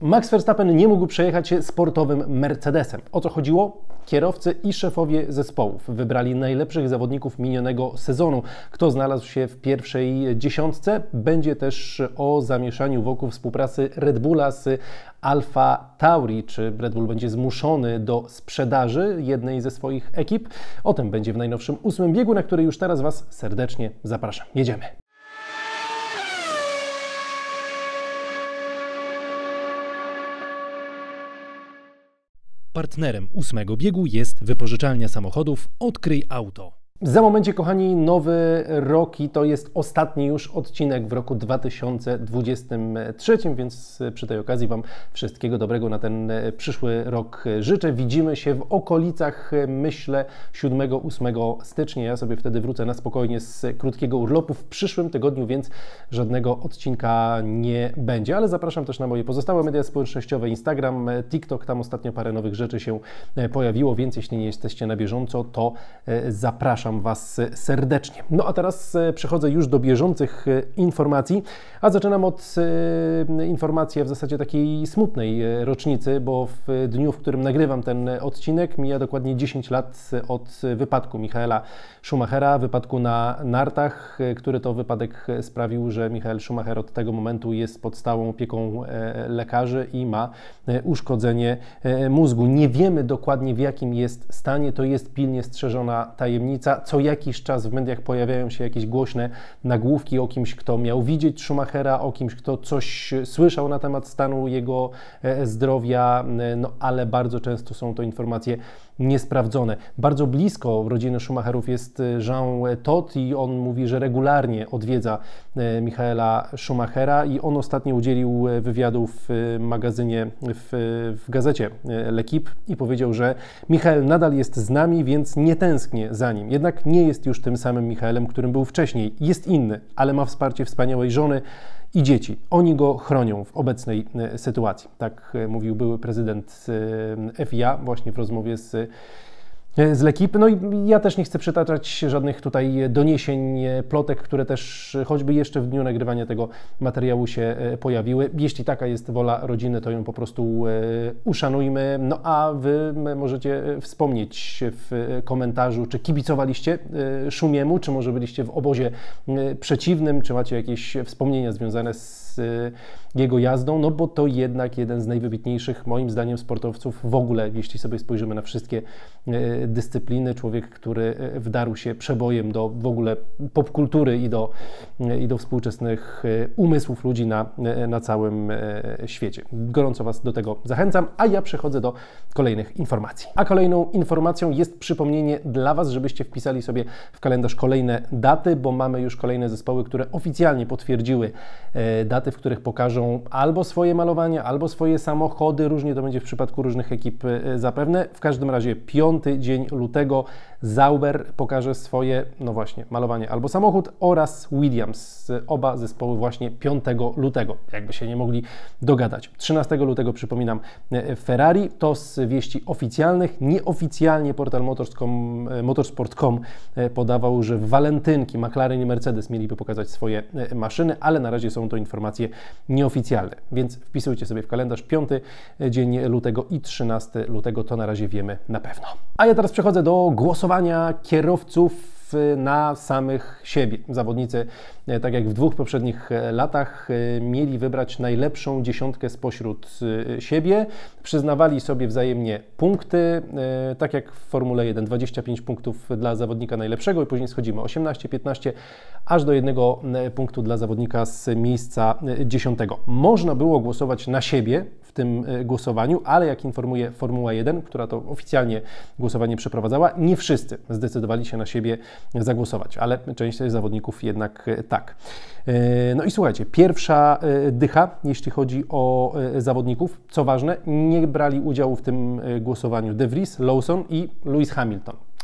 Max Verstappen nie mógł przejechać się sportowym Mercedesem. O co chodziło? Kierowcy i szefowie zespołów wybrali najlepszych zawodników minionego sezonu. Kto znalazł się w pierwszej dziesiątce? Będzie też o zamieszaniu wokół współpracy Red Bulla z Alfa Tauri. Czy Red Bull będzie zmuszony do sprzedaży jednej ze swoich ekip? O tym będzie w najnowszym 8. biegu, na który już teraz Was serdecznie zapraszam. Jedziemy! Partnerem 8. biegu jest wypożyczalnia samochodów Odkryj Auto. Za momencie, kochani, nowy rok i to jest ostatni już odcinek w roku 2023, więc przy tej okazji Wam wszystkiego dobrego na ten przyszły rok życzę. Widzimy się w okolicach, myślę, 7-8 stycznia. Ja sobie wtedy wrócę na spokojnie z krótkiego urlopu w przyszłym tygodniu, więc żadnego odcinka nie będzie. Ale zapraszam też na moje pozostałe media społecznościowe, Instagram, TikTok. Tam ostatnio parę nowych rzeczy się pojawiło, więc jeśli nie jesteście na bieżąco, to zapraszam Was serdecznie. No a teraz przechodzę już do bieżących informacji, a zaczynam od informacji w zasadzie takiej smutnej rocznicy, bo w dniu, w którym nagrywam ten odcinek, mija dokładnie 10 lat od wypadku Michaela Schumachera, wypadku na nartach, który to wypadek sprawił, że Michael Schumacher od tego momentu jest pod stałą opieką lekarzy i ma uszkodzenie mózgu. Nie wiemy dokładnie, w jakim jest stanie, to jest pilnie strzeżona tajemnica. Co jakiś czas w mediach pojawiają się jakieś głośne nagłówki o kimś, kto miał widzieć Schumachera, o kimś, kto coś słyszał na temat stanu jego zdrowia, no ale bardzo często są to informacje niesprawdzone. Bardzo blisko rodziny Schumacherów jest Jean Todt i on mówi, że regularnie odwiedza Michaela Schumachera i on ostatnio udzielił wywiadu w magazynie, w gazecie L'Équipe i powiedział, że Michael nadal jest z nami, więc nie tęsknię za nim. Jednak nie jest już tym samym Michaelem, którym był wcześniej. Jest inny, ale ma wsparcie wspaniałej żony i dzieci. Oni go chronią w obecnej sytuacji. Tak mówił były prezydent FIA właśnie w rozmowie z L'Équipe. No i ja też nie chcę przytaczać żadnych tutaj doniesień, plotek, które też choćby jeszcze w dniu nagrywania tego materiału się pojawiły. Jeśli taka jest wola rodziny, to ją po prostu uszanujmy. No a Wy możecie wspomnieć w komentarzu, czy kibicowaliście Schumiemu, czy może byliście w obozie przeciwnym, czy macie jakieś wspomnienia związane z jego jazdą, no bo to jednak jeden z najwybitniejszych, moim zdaniem, sportowców w ogóle, jeśli sobie spojrzymy na wszystkie dyscypliny, człowiek, który wdarł się przebojem do w ogóle popkultury i do współczesnych umysłów ludzi na całym świecie. Gorąco Was do tego zachęcam, a ja przechodzę do kolejnych informacji. A kolejną informacją jest przypomnienie dla Was, żebyście wpisali sobie w kalendarz kolejne daty, bo mamy już kolejne zespoły, które oficjalnie potwierdziły daty, w których pokażą albo swoje malowanie, albo swoje samochody. Różnie to będzie w przypadku różnych ekip zapewne. W każdym razie 5 dzień lutego Sauber pokaże swoje, no właśnie, malowanie albo samochód oraz Williams. Oba zespoły właśnie 5 lutego, jakby się nie mogli dogadać. 13 lutego, przypominam, Ferrari. To z wieści oficjalnych. Nieoficjalnie portal motorsport.com podawał, że w walentynki McLaren i Mercedes mieliby pokazać swoje maszyny, ale na razie są to informacje nieoficjalne, więc wpisujcie sobie w kalendarz 5 dzień lutego i 13 lutego, to na razie wiemy na pewno. A ja teraz przechodzę do głosowania kierowców na samych siebie. Zawodnicy, tak jak w 2 poprzednich latach, mieli wybrać najlepszą dziesiątkę spośród siebie, przyznawali sobie wzajemnie punkty, tak jak w Formule 1, 25 punktów dla zawodnika najlepszego i później schodzimy 18, 15, aż do 1 punktu dla zawodnika z miejsca 10. Można było głosować na siebie w tym głosowaniu, ale jak informuje Formuła 1, która to oficjalnie głosowanie przeprowadzała, nie wszyscy zdecydowali się na siebie zagłosować, ale część zawodników jednak tak. No i słuchajcie, pierwsza dycha, jeśli chodzi o zawodników, co ważne, nie brali udziału w tym głosowaniu De Vries, Lawson i Lewis Hamilton.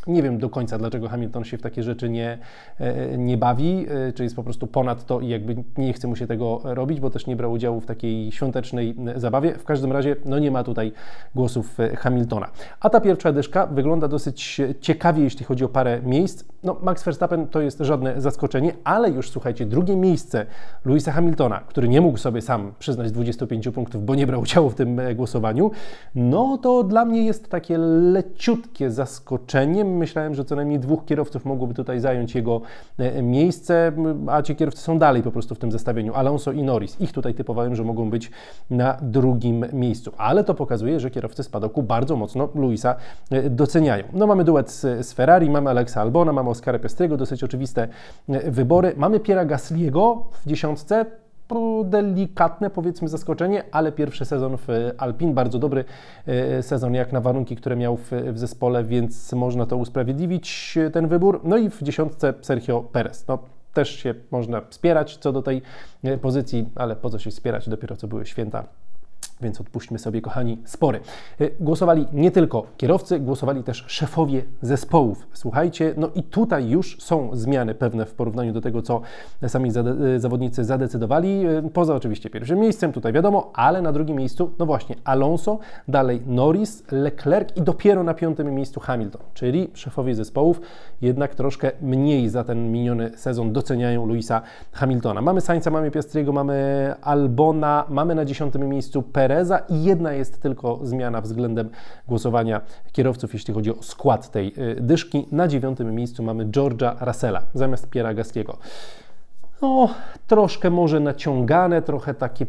Nie wiem do końca, dlaczego Hamilton się w takie rzeczy nie bawi, czy jest po prostu ponad to i jakby nie chce mu się tego robić, bo też nie brał udziału w takiej świątecznej zabawie. W każdym razie no nie ma tutaj głosów Hamiltona. A ta pierwsza dyszka wygląda dosyć ciekawie, jeśli chodzi o parę miejsc. No Max Verstappen to jest żadne zaskoczenie, ale już słuchajcie, drugie miejsce Lewisa Hamiltona, który nie mógł sobie sam przyznać 25 punktów, bo nie brał udziału w tym głosowaniu, no to dla mnie jest takie leciutkie zaskoczenie. Myślałem, że co najmniej dwóch kierowców mogłoby tutaj zająć jego miejsce, a ci kierowcy są dalej po prostu w tym zestawieniu. Alonso i Norris. Ich tutaj typowałem, że mogą być na drugim miejscu. Ale to pokazuje, że kierowcy z padoku bardzo mocno Lewisa doceniają. No mamy duet z Ferrari, mamy Alexa Albona, mamy Oscara Piastriego, dosyć oczywiste wybory. Mamy Pierre'a Gasly'ego w dziesiątce. Delikatne, powiedzmy, zaskoczenie, ale pierwszy sezon w Alpine, bardzo dobry sezon jak na warunki, które miał w zespole, więc można to usprawiedliwić, ten wybór. No i w dziesiątce Sergio Perez. No, też się można wspierać co do tej pozycji, ale po co się wspierać, dopiero co były święta. Więc odpuśćmy sobie, kochani, spory. Głosowali nie tylko kierowcy, głosowali też szefowie zespołów. Słuchajcie, no i tutaj już są zmiany pewne w porównaniu do tego, co sami zawodnicy zadecydowali. Poza oczywiście pierwszym miejscem, tutaj wiadomo, ale na drugim miejscu, no właśnie, Alonso, dalej Norris, Leclerc i dopiero na piątym miejscu Hamilton. Czyli szefowie zespołów jednak troszkę mniej za ten miniony sezon doceniają Lewisa Hamiltona. Mamy Sainza, mamy Piastriego, mamy Albona, mamy na 10. miejscu Pereza i jedna jest tylko zmiana względem głosowania kierowców, jeśli chodzi o skład tej dyszki. Na 9. miejscu mamy George'a Russella zamiast Pierre'a Gasly'ego. No, troszkę może naciągane, trochę takie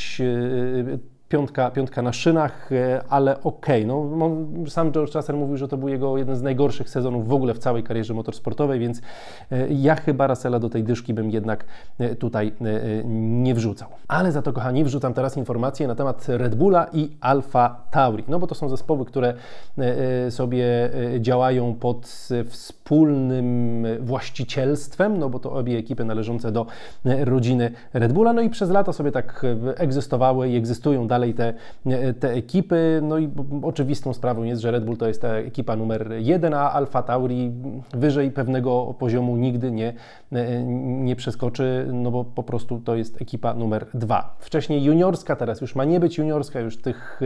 piątka na szynach, ale okej. No, sam George Russell mówił, że to był jego jeden z najgorszych sezonów w ogóle w całej karierze motorsportowej, więc ja chyba Russella do tej dyszki bym jednak tutaj nie wrzucał. Ale za to, kochani, wrzucam teraz informacje na temat Red Bulla i Alfa Tauri. No bo to są zespoły, które sobie działają pod wspólnym właścicielstwem, no bo to obie ekipy należące do rodziny Red Bulla, no i przez lata sobie tak egzystowały i egzystują dalej te ekipy, no i oczywistą sprawą jest, że Red Bull to jest ta ekipa numer 1, a Alfa Tauri wyżej pewnego poziomu nigdy nie przeskoczy, no bo po prostu to jest ekipa numer 2. Wcześniej juniorska, teraz już ma nie być juniorska, już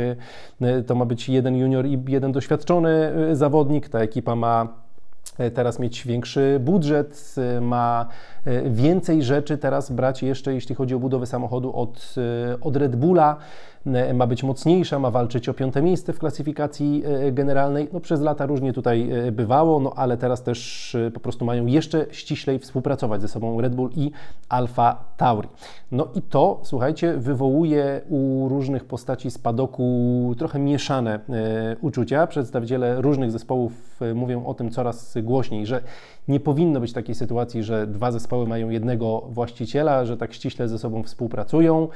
to ma być jeden junior i jeden doświadczony zawodnik, ta ekipa ma teraz mieć większy budżet, ma więcej rzeczy teraz brać jeszcze, jeśli chodzi o budowę samochodu od Red Bulla, ma być mocniejsza, ma walczyć o 5. miejsce w klasyfikacji generalnej. No przez lata różnie tutaj bywało, no ale teraz też po prostu mają jeszcze ściślej współpracować ze sobą Red Bull i Alfa Tauri. No i to, słuchajcie, wywołuje u różnych postaci z padoku trochę mieszane uczucia. Przedstawiciele różnych zespołów mówią o tym coraz głośniej, że nie powinno być takiej sytuacji, że dwa zespoły mają jednego właściciela, że tak ściśle ze sobą współpracują,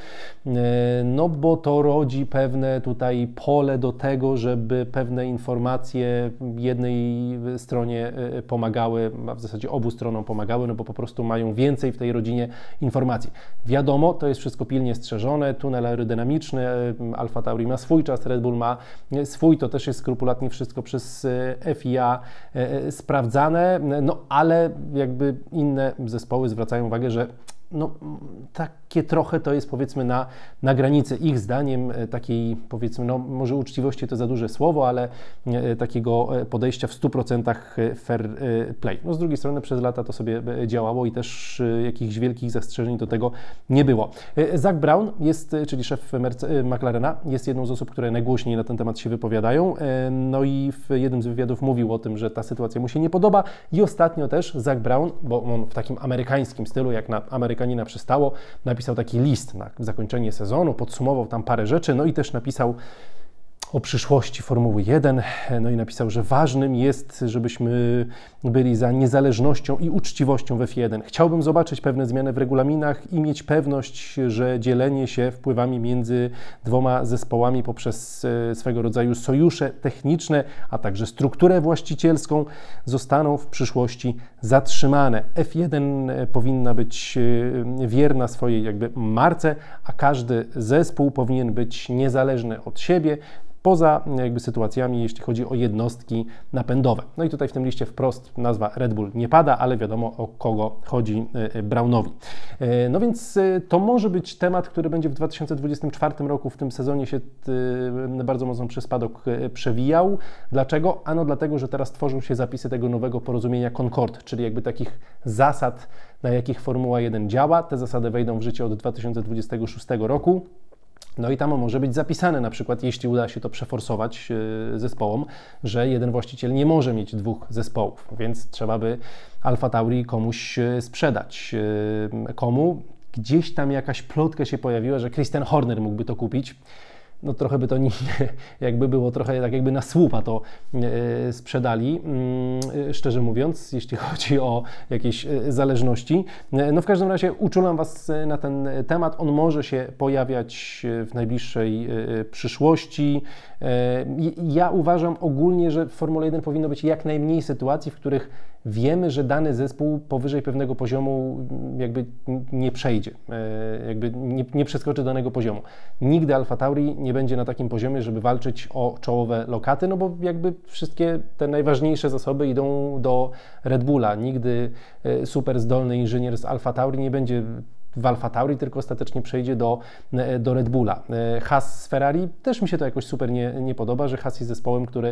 no bo to rodzi pewne tutaj pole do tego, żeby pewne informacje jednej stronie pomagały, a w zasadzie obu stronom pomagały, no bo po prostu mają więcej w tej rodzinie informacji. Wiadomo, to jest wszystko pilnie strzeżone, tunel aerodynamiczny, Alfa Tauri ma swój czas, Red Bull ma swój, to też jest skrupulatnie wszystko przez FIA sprawdzane, no ale jakby inne zespoły zwracają uwagę, że no, takie trochę to jest, powiedzmy, na granicy ich zdaniem takiej, powiedzmy, no może uczciwości to za duże słowo, ale takiego podejścia w 100% fair play. No z drugiej strony przez lata to sobie działało i też jakichś wielkich zastrzeżeń do tego nie było. Zak Brown jest, czyli szef McLarena, jest jedną z osób, które najgłośniej na ten temat się wypowiadają, no i w jednym z wywiadów mówił o tym, że ta sytuacja mu się nie podoba i ostatnio też Zak Brown, bo on w takim amerykańskim stylu, jak na Amerykanina przystało, napisał taki list na zakończenie sezonu, podsumował tam parę rzeczy, no i też napisał o przyszłości Formuły 1, no i napisał, że ważnym jest, żebyśmy byli za niezależnością i uczciwością w F1. Chciałbym zobaczyć pewne zmiany w regulaminach i mieć pewność, że dzielenie się wpływami między dwoma zespołami poprzez swego rodzaju sojusze techniczne, a także strukturę właścicielską zostaną w przyszłości zatrzymane. F1 powinna być wierna swojej jakby marce, a każdy zespół powinien być niezależny od siebie. poza jakby sytuacjami, jeśli chodzi o jednostki napędowe. No i tutaj w tym liście wprost nazwa Red Bull nie pada, ale wiadomo, o kogo chodzi Brownowi. No więc to może być temat, który będzie w 2024 roku, w tym sezonie się bardzo mocno przez spadok przewijał. Dlaczego? Ano dlatego, że teraz tworzą się zapisy tego nowego porozumienia Concord, czyli jakby takich zasad, na jakich Formuła 1 działa. Te zasady wejdą w życie od 2026 roku. No i tam może być zapisane, na przykład jeśli uda się to przeforsować zespołom, że jeden właściciel nie może mieć dwóch zespołów, więc trzeba by AlphaTauri komuś sprzedać. Komu? Gdzieś tam jakaś plotka się pojawiła, że Christian Horner mógłby to kupić. No trochę by to jakby było trochę tak jakby na słupa to sprzedali, szczerze mówiąc, jeśli chodzi o jakieś zależności. No w każdym razie uczulam Was na ten temat. On może się pojawiać w najbliższej przyszłości. Ja uważam ogólnie, że w Formule 1 powinno być jak najmniej sytuacji, w których wiemy, że dany zespół powyżej pewnego poziomu jakby nie przejdzie, jakby nie przeskoczy danego poziomu. Nigdy AlphaTauri nie będzie na takim poziomie, żeby walczyć o czołowe lokaty, no bo jakby wszystkie te najważniejsze zasoby idą do Red Bulla. Nigdy super zdolny inżynier z AlphaTauri nie będzie w AlphaTauri, tylko ostatecznie przejdzie do Red Bulla. Haas z Ferrari też mi się to jakoś super nie podoba, że Haas jest zespołem, który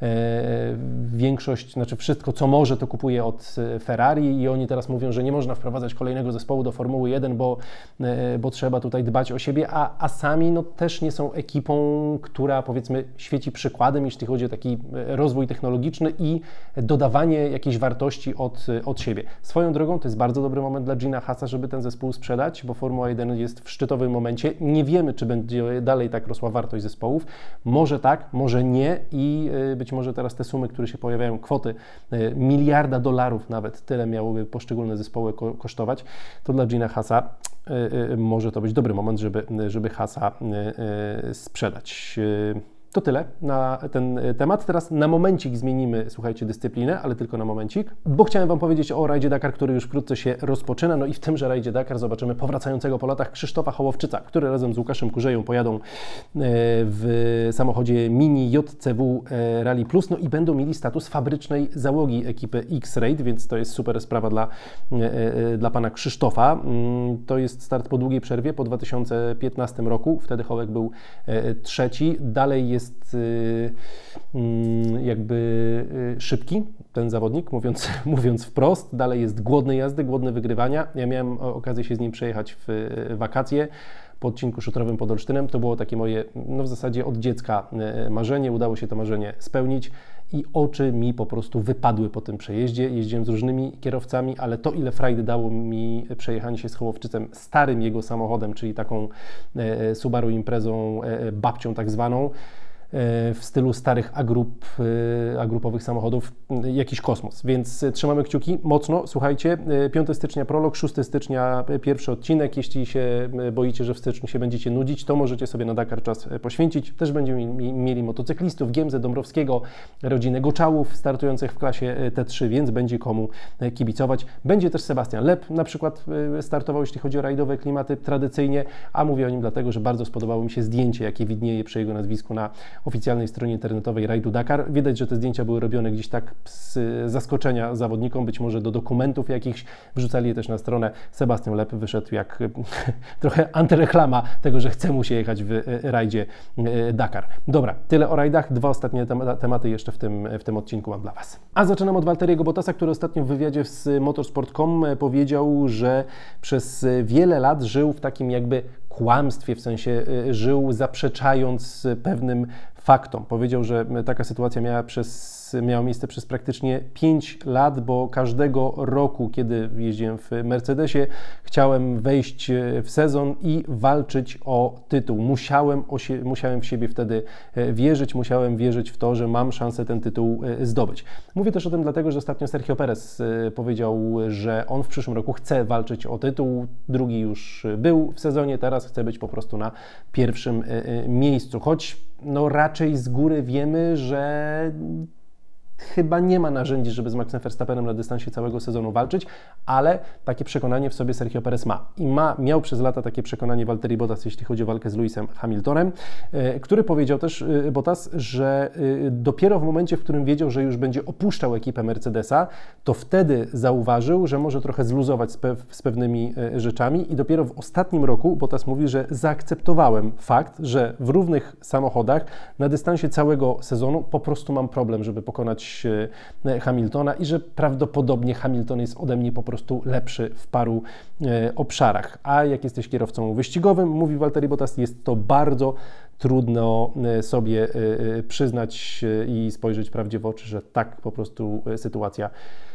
większość, znaczy wszystko co może to kupuje od Ferrari i oni teraz mówią, że nie można wprowadzać kolejnego zespołu do Formuły 1, bo trzeba tutaj dbać o siebie, a sami no, też nie są ekipą, która powiedzmy świeci przykładem, jeśli chodzi o taki rozwój technologiczny i dodawanie jakiejś wartości od siebie. Swoją drogą to jest bardzo dobry moment dla Gina Haasa, żeby ten zespół sprzedać, bo Formuła 1 jest w szczytowym momencie. Nie wiemy, czy będzie dalej tak rosła wartość zespołów. Może tak, może nie i być może teraz te sumy, które się pojawiają, kwoty $1 miliarda nawet, tyle miałyby poszczególne zespoły kosztować, to dla Gina Haasa może to być dobry moment, żeby Haasa sprzedać. To tyle na ten temat. Teraz na momencik zmienimy, słuchajcie, dyscyplinę, ale tylko na momencik, bo chciałem Wam powiedzieć o rajdzie Dakar, który już wkrótce się rozpoczyna. No i w tymże rajdzie Dakar zobaczymy powracającego po latach Krzysztofa Hołowczyca, który razem z Łukaszem Kurzeją pojadą w samochodzie Mini JCW Rally Plus, no i będą mieli status fabrycznej załogi ekipy X-Raid, więc to jest super sprawa dla pana Krzysztofa. To jest start po długiej przerwie, po 2015 roku, wtedy Hołek był trzeci, dalej jest jakby szybki ten zawodnik, mówiąc wprost, dalej jest głodny jazdy, głodny wygrywania. Ja miałem okazję się z nim przejechać w wakacje po odcinku szutrowym pod Olsztynem. To było takie moje, no w zasadzie od dziecka marzenie, udało się to marzenie spełnić i oczy mi po prostu wypadły po tym przejeździe. Jeździłem z różnymi kierowcami, ale to ile frajdy dało mi przejechanie się z Hołowczycem, starym jego samochodem, czyli taką Subaru Imprezą babcią tak zwaną, w stylu starych agrupowych samochodów, jakiś kosmos, więc trzymamy kciuki mocno. Słuchajcie, 5 stycznia prolog, 6 stycznia pierwszy odcinek. Jeśli się boicie, że w styczniu się będziecie nudzić, to możecie sobie na Dakar czas poświęcić. Też będziemy mieli motocyklistów, Giemzę, Dąbrowskiego, rodzinę Goczałów startujących w klasie T3, więc będzie komu kibicować. Będzie też Sebastian Lep na przykład startował, jeśli chodzi o rajdowe klimaty tradycyjnie, a mówię o nim dlatego, że bardzo spodobało mi się zdjęcie, jakie widnieje przy jego nazwisku na oficjalnej stronie internetowej rajdu Dakar. Widać, że te zdjęcia były robione gdzieś tak z zaskoczenia zawodnikom, być może do dokumentów jakichś. Wrzucali je też na stronę. Sebastian Lep wyszedł jak trochę antyreklama tego, że chce mu się jechać w rajdzie Dakar. Dobra, tyle o rajdach. 2 ostatnie tematy jeszcze w tym odcinku mam dla Was. A zaczynam od Valtteriego Bottasa, który ostatnio w wywiadzie z motorsport.com powiedział, że przez wiele lat żył w takim jakby kłamstwie, w sensie żył zaprzeczając pewnym faktom. Powiedział, że taka sytuacja miała miejsce przez praktycznie 5 lat, bo każdego roku, kiedy jeździłem w Mercedesie, chciałem wejść w sezon i walczyć o tytuł. Musiałem w siebie wtedy wierzyć, musiałem wierzyć w to, że mam szansę ten tytuł zdobyć. Mówię też o tym dlatego, że ostatnio Sergio Perez powiedział, że on w przyszłym roku chce walczyć o tytuł. Drugi już był w sezonie, teraz chce być po prostu na pierwszym miejscu. Choć no raczej z góry wiemy, że chyba nie ma narzędzi, żeby z Maxem Verstappenem na dystansie całego sezonu walczyć, ale takie przekonanie w sobie Sergio Perez ma. I miał przez lata takie przekonanie Valtteri Bottas, jeśli chodzi o walkę z Lewisem Hamiltonem, który powiedział też Bottas, że dopiero w momencie, w którym wiedział, że już będzie opuszczał ekipę Mercedesa, to wtedy zauważył, że może trochę zluzować z pewnymi rzeczami i dopiero w ostatnim roku Bottas mówi, że zaakceptowałem fakt, że w równych samochodach na dystansie całego sezonu po prostu mam problem, żeby pokonać Hamiltona i że prawdopodobnie Hamilton jest ode mnie po prostu lepszy w paru obszarach. A jak jesteś kierowcą wyścigowym, mówi Valtteri Bottas, jest to bardzo trudno sobie przyznać i spojrzeć prawdzie w oczy, że tak po prostu sytuacja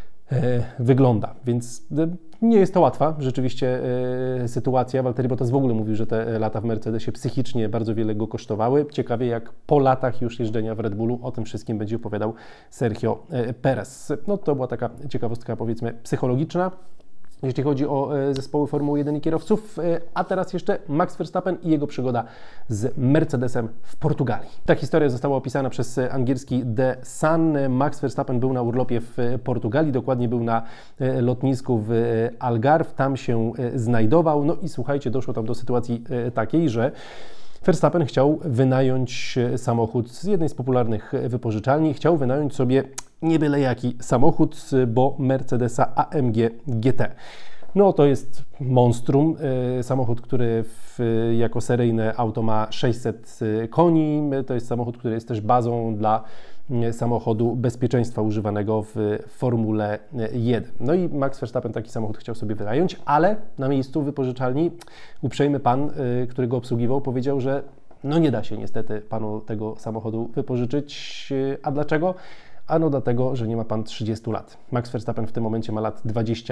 wygląda, więc nie jest to łatwa rzeczywiście sytuacja. Valtteri Bottas w ogóle mówił, że te lata w Mercedesie psychicznie bardzo wiele go kosztowały. Ciekawie, jak po latach już jeżdżenia w Red Bullu o tym wszystkim będzie opowiadał Sergio Perez. No to była taka ciekawostka, powiedzmy, psychologiczna, jeśli chodzi o zespoły Formuły 1 i kierowców, a teraz jeszcze Max Verstappen i jego przygoda z Mercedesem w Portugalii. Ta historia została opisana przez angielski The Sun. Max Verstappen był na urlopie w Portugalii, dokładnie był na lotnisku w Algarve, tam się znajdował, no i słuchajcie, doszło tam do sytuacji takiej, że Verstappen chciał wynająć samochód z jednej z popularnych wypożyczalni, chciał wynająć sobie nie byle jaki samochód, bo Mercedesa AMG GT. No to jest monstrum, samochód, który jako seryjne auto ma 600 koni, to jest samochód, który jest też bazą dla samochodu bezpieczeństwa używanego w Formule 1. No i Max Verstappen taki samochód chciał sobie wynająć, ale na miejscu wypożyczalni uprzejmy pan, który go obsługiwał, powiedział, że no nie da się niestety panu tego samochodu wypożyczyć. A dlaczego? Ano dlatego, że nie ma pan 30 lat. Max Verstappen w tym momencie ma lat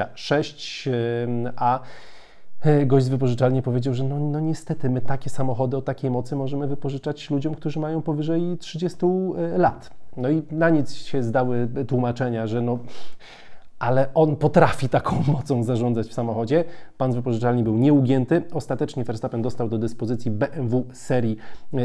26, a gość z wypożyczalni powiedział, że no niestety my takie samochody o takiej mocy możemy wypożyczać ludziom, którzy mają powyżej 30 lat. No i na nic się zdały tłumaczenia, że ale on potrafi taką mocą zarządzać w samochodzie. Pan z wypożyczalni był nieugięty. Ostatecznie Verstappen dostał do dyspozycji BMW serii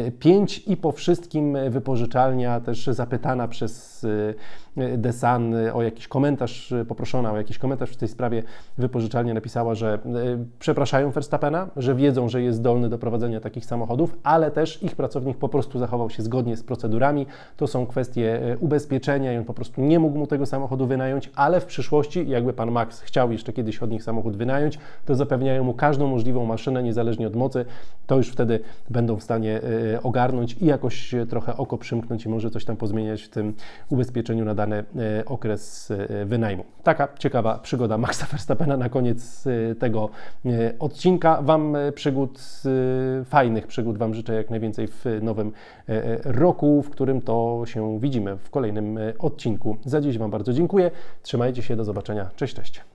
5 i po wszystkim wypożyczalnia, też zapytana przez The Sun o jakiś komentarz, poproszona o jakiś komentarz w tej sprawie, wypożyczalnia napisała, że przepraszają Verstappena, że wiedzą, że jest zdolny do prowadzenia takich samochodów, ale też ich pracownik po prostu zachował się zgodnie z procedurami. To są kwestie ubezpieczenia i on po prostu nie mógł mu tego samochodu wynająć, ale w przyszłości, jakby pan Max chciał jeszcze kiedyś od nich samochód wynająć, to zapewniają mu każdą możliwą maszynę, niezależnie od mocy, to już wtedy będą w stanie ogarnąć i jakoś trochę oko przymknąć i może coś tam pozmieniać w tym ubezpieczeniu na dany okres wynajmu. Taka ciekawa przygoda Maxa Verstappena na koniec tego odcinka. Wam przygód, fajnych przygód Wam życzę jak najwięcej w nowym roku, w którym to się widzimy w kolejnym odcinku. Za dziś Wam bardzo dziękuję. Trzymajcie się, do zobaczenia. Cześć, cześć.